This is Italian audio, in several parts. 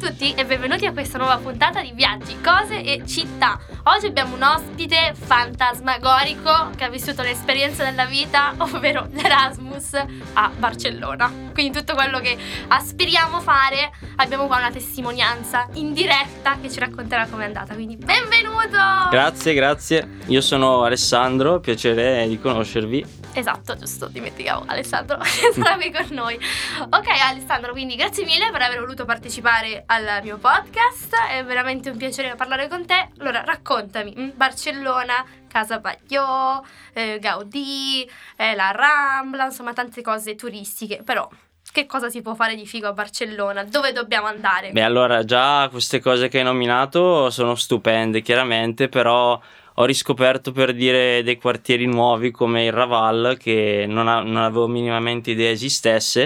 tutti e benvenuti a questa nuova puntata di Viaggi, Cose e Città. Oggi abbiamo un ospite fantasmagorico che ha vissuto l'esperienza della vita, ovvero l'Erasmus a Barcellona. Quindi tutto quello che aspiriamo fare, abbiamo qua una testimonianza in diretta che ci racconterà com'è andata. Quindi benvenuto! Grazie. Io sono Alessandro, piacere di conoscervi. Esatto, giusto, dimenticavo Alessandro che sarà qui con noi. Ok Alessandro, quindi grazie mille per aver voluto partecipare al mio podcast, è veramente un piacere parlare con te. Allora raccontami, Barcellona, Casa Batlló, Gaudí, la Rambla, insomma tante cose turistiche, però che cosa si può fare di figo a Barcellona? Dove dobbiamo andare? Beh, allora già queste cose che hai nominato sono stupende chiaramente, però ho riscoperto, per dire, dei quartieri nuovi come il Raval che non avevo minimamente idea esistesse,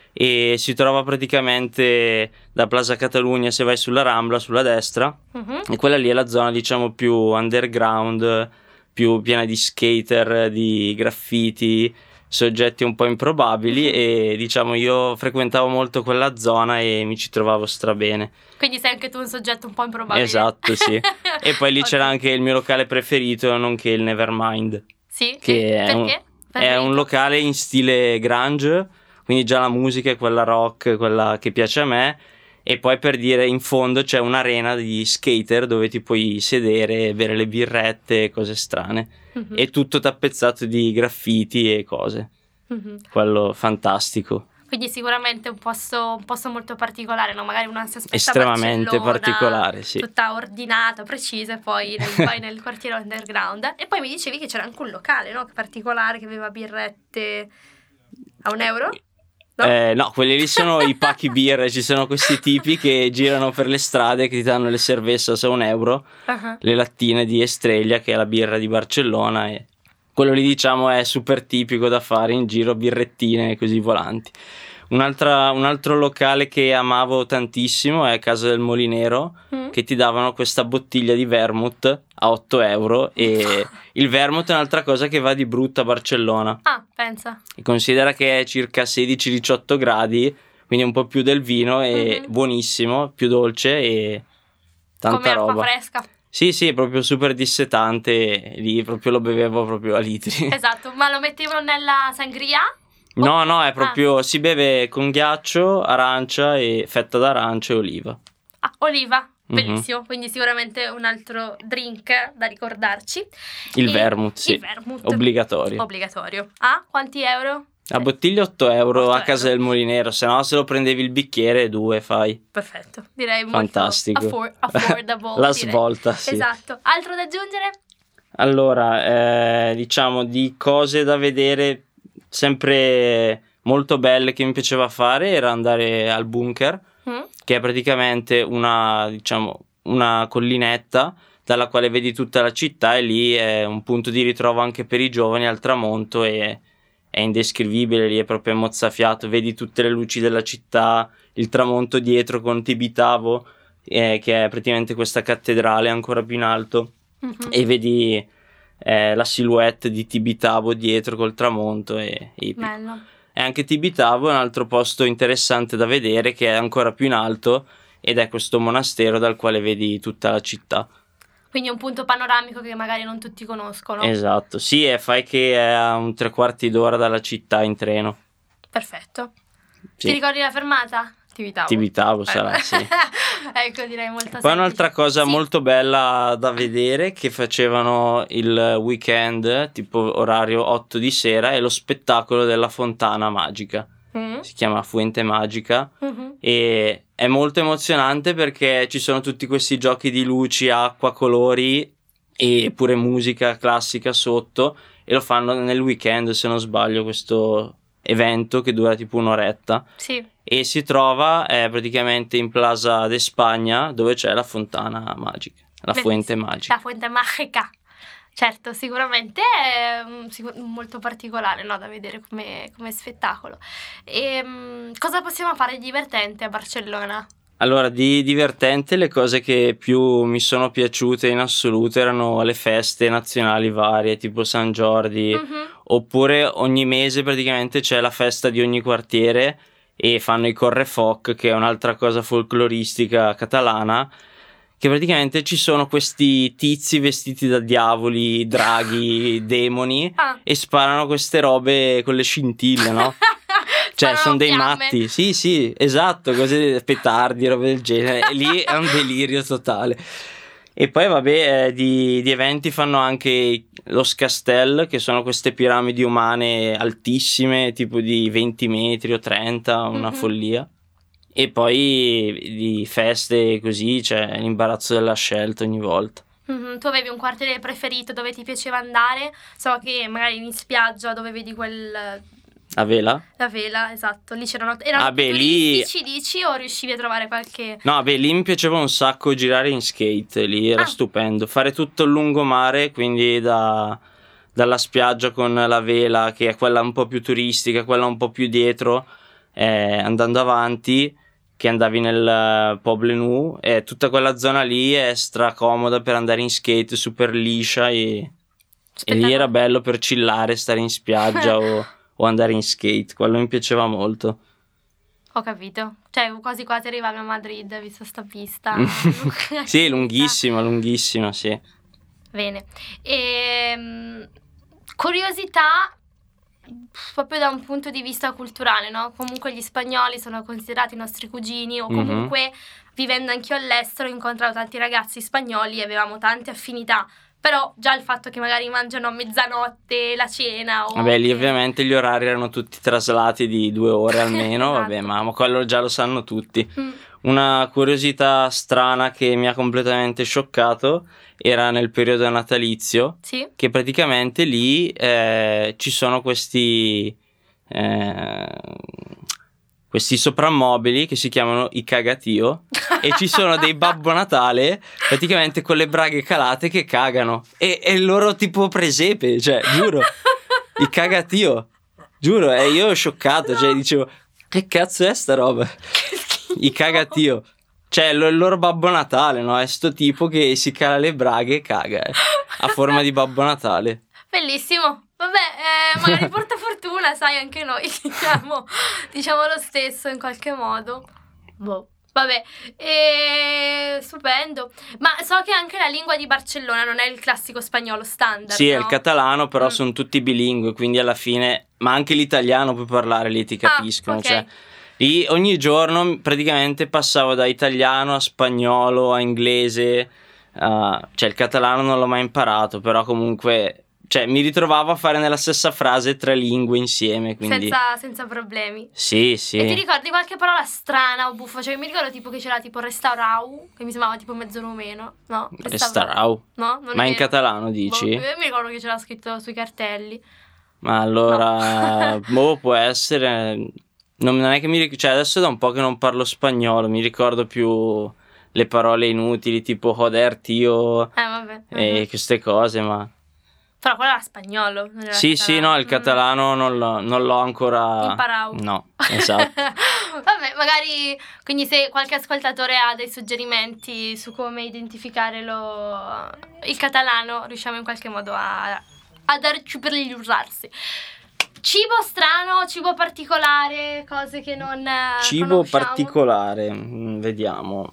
e si trova praticamente da Plaza Catalunya, se vai sulla Rambla sulla destra, e quella lì è la zona diciamo più underground, più piena di skater, di graffiti, soggetti un po' improbabili, e diciamo io frequentavo molto quella zona e mi ci trovavo strabene. Quindi sei anche tu un soggetto un po' improbabile. Esatto, sì. E poi lì c'era anche il mio locale preferito, nonché il Nevermind. Sì? Che Perché? È un locale in stile grunge, quindi già la musica è quella rock, quella che piace a me. E poi, per dire, in fondo c'è un'arena di skater dove ti puoi sedere, bere le birrette e cose strane. E tutto tappezzato di graffiti e cose. Quello fantastico. Quindi sicuramente un posto molto particolare, no? Magari una si aspetta estremamente Barcellona, particolare, sì. tutta ordinata, precisa, e poi nel quartiere underground. E poi mi dicevi che c'era anche un locale, no? Particolare, che aveva birrette a €1? No? No, quelli lì sono i pacchi birra. Ci sono questi tipi che girano per le strade che ti danno le cervezas a €1, le lattine di Estrella, che è la birra di Barcellona, e quello lì diciamo è super tipico da fare in giro, birrettine così volanti. Un altro locale che amavo tantissimo è Casa del Molinero, che ti davano questa bottiglia di vermouth a €8, e il vermouth è un'altra cosa che va di brutta a Barcellona. Ah, pensa. E considera che è circa 16-18 gradi, quindi un po' più del vino, e buonissimo, più dolce e tanta come roba. Acqua fresca. Sì, proprio super dissetante, lì proprio lo bevevo proprio a litri. Esatto, ma lo mettevano nella sangria? No, è proprio, si beve con ghiaccio, arancia e fetta d'arancia e oliva. Ah, oliva, bellissimo, quindi sicuramente un altro drink da ricordarci. Il vermouth, sì, il vermouth. obbligatorio. Ah, quanti euro? La bottiglia €8 a Casa €8. del Molinero, se no se lo prendevi il bicchiere 2 fai. Perfetto, direi Fantastico. molto affordable. La direi. svolta, sì. Esatto. Altro da aggiungere? Allora, diciamo di cose da vedere sempre molto belle che mi piaceva fare era andare al Bunker, che è praticamente una collinetta dalla quale vedi tutta la città, e lì è un punto di ritrovo anche per i giovani al tramonto, e è indescrivibile, lì è proprio mozzafiato, vedi tutte le luci della città, il tramonto dietro con Tibitabo, che è praticamente questa cattedrale ancora più in alto, e vedi la silhouette di Tibitabo dietro col tramonto, e Bello. e anche Tibitabo è un altro posto interessante da vedere, che è ancora più in alto, ed è questo monastero dal quale vedi tutta la città. Quindi è un punto panoramico che magari non tutti conoscono. Esatto, sì, e fai che è a un 3/4 d'ora dalla città in treno. Perfetto. Sì. Ti ricordi la fermata? Tibitabo sarà, sì. Ecco, direi molto semplice. Poi un'altra cosa Sì. molto bella da vedere che facevano il weekend, tipo orario 8 di sera, è lo spettacolo della fontana magica. Si chiama Fuente Magica, e è molto emozionante perché ci sono tutti questi giochi di luci, acqua, colori e pure musica classica sotto, e lo fanno nel weekend, se non sbaglio, questo evento che dura tipo un'oretta. Sì. E si trova praticamente in Plaza de Spagna, dove c'è la fontana magica, la Fuente Magica. La Fuente Magica. Certo, sicuramente è molto particolare, no, da vedere come spettacolo. E cosa possiamo fare di divertente a Barcellona? Allora, di divertente, le cose che più mi sono piaciute in assoluto erano le feste nazionali varie, tipo San Jordi, oppure ogni mese praticamente c'è la festa di ogni quartiere, e fanno i correfoc, che è un'altra cosa folcloristica catalana, che praticamente ci sono questi tizi vestiti da diavoli, draghi, demoni e sparano queste robe con le scintille, no? Cioè sono dei matti, sì, esatto, cose, petardi, robe del genere, e lì è un delirio totale. E poi vabbè, di eventi fanno anche lo Scastel, che sono queste piramidi umane altissime, tipo di 20 metri o 30, una follia. E poi di feste così, c'è l'imbarazzo della scelta ogni volta. Tu avevi un quartiere preferito dove ti piaceva andare? So che magari in spiaggia dove vedi La Vela? La Vela, esatto. Lì erano turistici, dici, o riuscivi a trovare qualche... No, lì mi piaceva un sacco girare in skate, lì era stupendo. Fare tutto il lungomare, quindi dalla spiaggia con la Vela, che è quella un po' più turistica, quella un po' più dietro, andando avanti, che andavi nel Poblenou, e tutta quella zona lì è stracomoda per andare in skate, super liscia, e lì era bello per chillare, stare in spiaggia o andare in skate, quello mi piaceva molto. Ho capito, cioè quasi quasi arrivavi a Madrid, visto sta pista. Sì, lunghissima, sì. Bene, curiosità proprio da un punto di vista culturale, no? Comunque gli spagnoli sono considerati i nostri cugini, o comunque vivendo anch'io all'estero ho incontrato tanti ragazzi spagnoli e avevamo tante affinità. Però già il fatto che magari mangiano a mezzanotte la cena vabbè, lì ovviamente gli orari erano tutti traslati di 2 ore almeno. Esatto. Vabbè, ma quello già lo sanno tutti. Una curiosità strana che mi ha completamente scioccato era nel periodo natalizio, sì? Che praticamente lì ci sono questi soprammobili che si chiamano i cagatio e ci sono dei Babbo Natale praticamente con le braghe calate che cagano e il loro tipo presepe, cioè giuro, i cagatio, giuro, e io ero scioccato, cioè dicevo che cazzo è sta roba, i cagatio, cioè il loro Babbo Natale, no? È sto tipo che si cala le braghe e caga a forma di Babbo Natale. Bellissimo. Vabbè, magari porta fortuna, sai, anche noi diciamo lo stesso in qualche modo. Boh. Vabbè, stupendo. Ma so che anche la lingua di Barcellona non è il classico spagnolo standard, sì, no? È il catalano, però sono tutti bilingue, quindi alla fine, ma anche l'italiano puoi parlare, lì ti capiscono, okay. Cioè lì ogni giorno praticamente passavo da italiano a spagnolo a inglese, cioè il catalano non l'ho mai imparato, però comunque, cioè mi ritrovavo a fare nella stessa frase 3 lingue insieme, quindi senza problemi. Sì. E ti ricordi qualche parola strana o buffa? Cioè mi ricordo tipo che c'era tipo restaurau, che mi sembrava tipo mezzo rumeno, no? Restaurau? No? Non ma in vero. catalano dici? Io mi ricordo che c'era scritto sui cartelli. Ma allora, può essere. Non è che cioè adesso da un po' che non parlo spagnolo, mi ricordo più le parole inutili tipo joder tío Vabbè. e queste cose, ma però quello era spagnolo, non era sì, catalano. No, il catalano non l'ho ancora imparato. No, esatto. Vabbè, magari quindi se qualche ascoltatore ha dei suggerimenti su come identificare il catalano, riusciamo in qualche modo a darci per usarsi. Cibo strano, cibo particolare, cose che non cibo conosciamo. particolare, vediamo.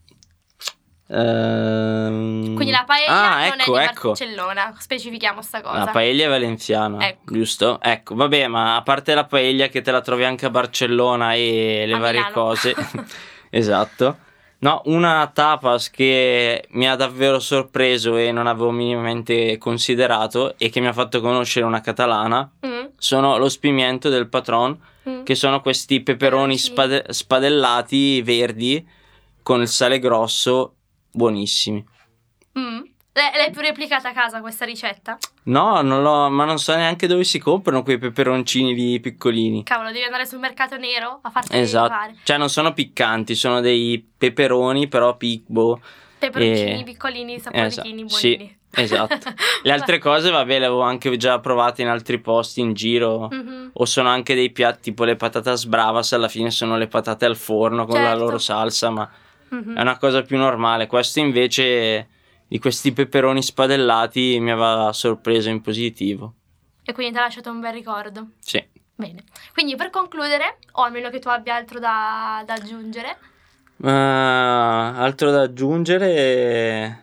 Quindi la paella non è di ecco. Barcellona, specifichiamo sta cosa. La paella è valenziana, ecco. Giusto? Ecco, vabbè, ma a parte la paella che te la trovi anche a Barcellona e le varie Milano. cose, esatto. No, una tapas che mi ha davvero sorpreso e non avevo minimamente considerato e che mi ha fatto conoscere una catalana sono lo spimiento del Patron, che sono questi peperoni spadellati verdi con il sale grosso, buonissimi. L'hai più replicata a casa questa ricetta? No, ma non so neanche dove si comprano quei peperoncini lì piccolini. Cavolo, devi andare sul mercato nero a farti Esatto. arrivare. Cioè non sono piccanti, sono dei peperoni però peperoncini piccolini, saporichini, buonini. Sì, esatto. Le altre cose, vabbè, le avevo anche già provate in altri posti in giro. O sono anche dei piatti tipo le patatas bravas, alla fine sono le patate al forno con la loro salsa, ma è una cosa più normale. Questo invece di questi peperoni spadellati mi aveva sorpreso in positivo. E quindi ti ha lasciato un bel ricordo. Sì. Bene, quindi per concludere, o almeno che tu abbia altro da aggiungere. Altro da aggiungere...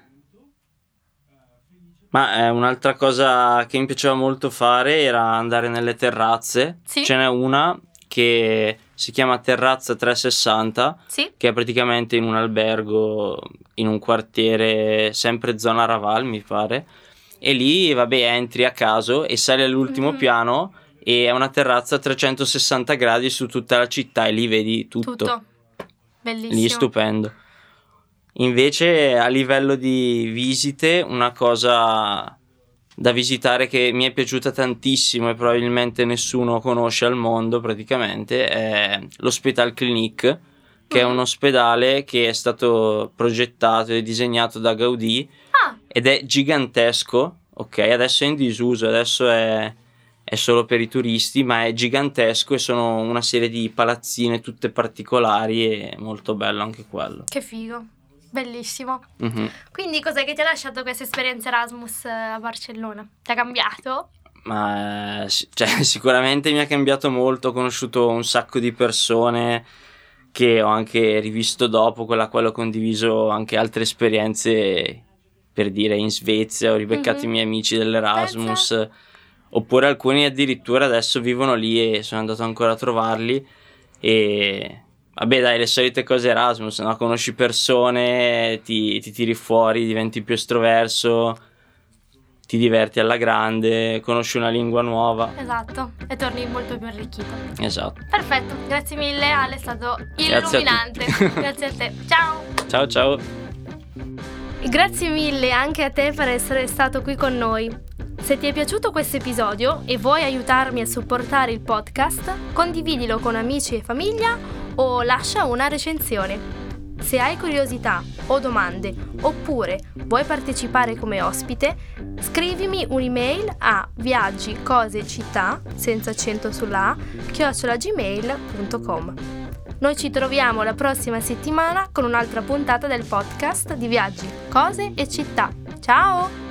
Ma un'altra cosa che mi piaceva molto fare era andare nelle terrazze. Sì. Ce n'è una che si chiama Terrazza 360, Sì. che è praticamente in un albergo, in un quartiere, sempre zona Raval mi pare, e lì entri a caso e sali all'ultimo piano e è una terrazza a 360 gradi su tutta la città e lì vedi tutto. Bellissimo. Lì stupendo. Invece a livello di visite, una cosa da visitare che mi è piaciuta tantissimo e probabilmente nessuno conosce al mondo praticamente è l'Hospital Clinique, che è un ospedale che è stato progettato e disegnato da Gaudì ed è gigantesco, ok? Adesso è in disuso, adesso è solo per i turisti, ma è gigantesco e sono una serie di palazzine tutte particolari e molto bello anche quello. Che figo. Bellissimo. Quindi cos'è che ti ha lasciato questa esperienza Erasmus a Barcellona? Ti ha cambiato? Ma sicuramente mi ha cambiato molto, ho conosciuto un sacco di persone che ho anche rivisto dopo, con la quale ho condiviso anche altre esperienze, per dire in Svezia, ho ribeccato i miei amici dell'Erasmus, oppure alcuni addirittura adesso vivono lì e sono andato ancora a trovarli e... Vabbè dai, le solite cose Erasmus, no? Conosci persone, ti tiri fuori, diventi più estroverso, ti diverti alla grande, conosci una lingua nuova. Esatto, e torni molto più arricchito. Esatto. Perfetto, grazie mille Ale, è stato illuminante. Grazie a te, ciao! Ciao ciao! Grazie mille anche a te per essere stato qui con noi. Se ti è piaciuto questo episodio e vuoi aiutarmi a supportare il podcast, condividilo con amici e famiglia o lascia una recensione. Se hai curiosità o domande oppure vuoi partecipare come ospite, scrivimi un'email a viaggicosecittà senza accento sulla @gmail.com. Noi ci troviamo la prossima settimana con un'altra puntata del podcast di Viaggi, Cose e Città. Ciao!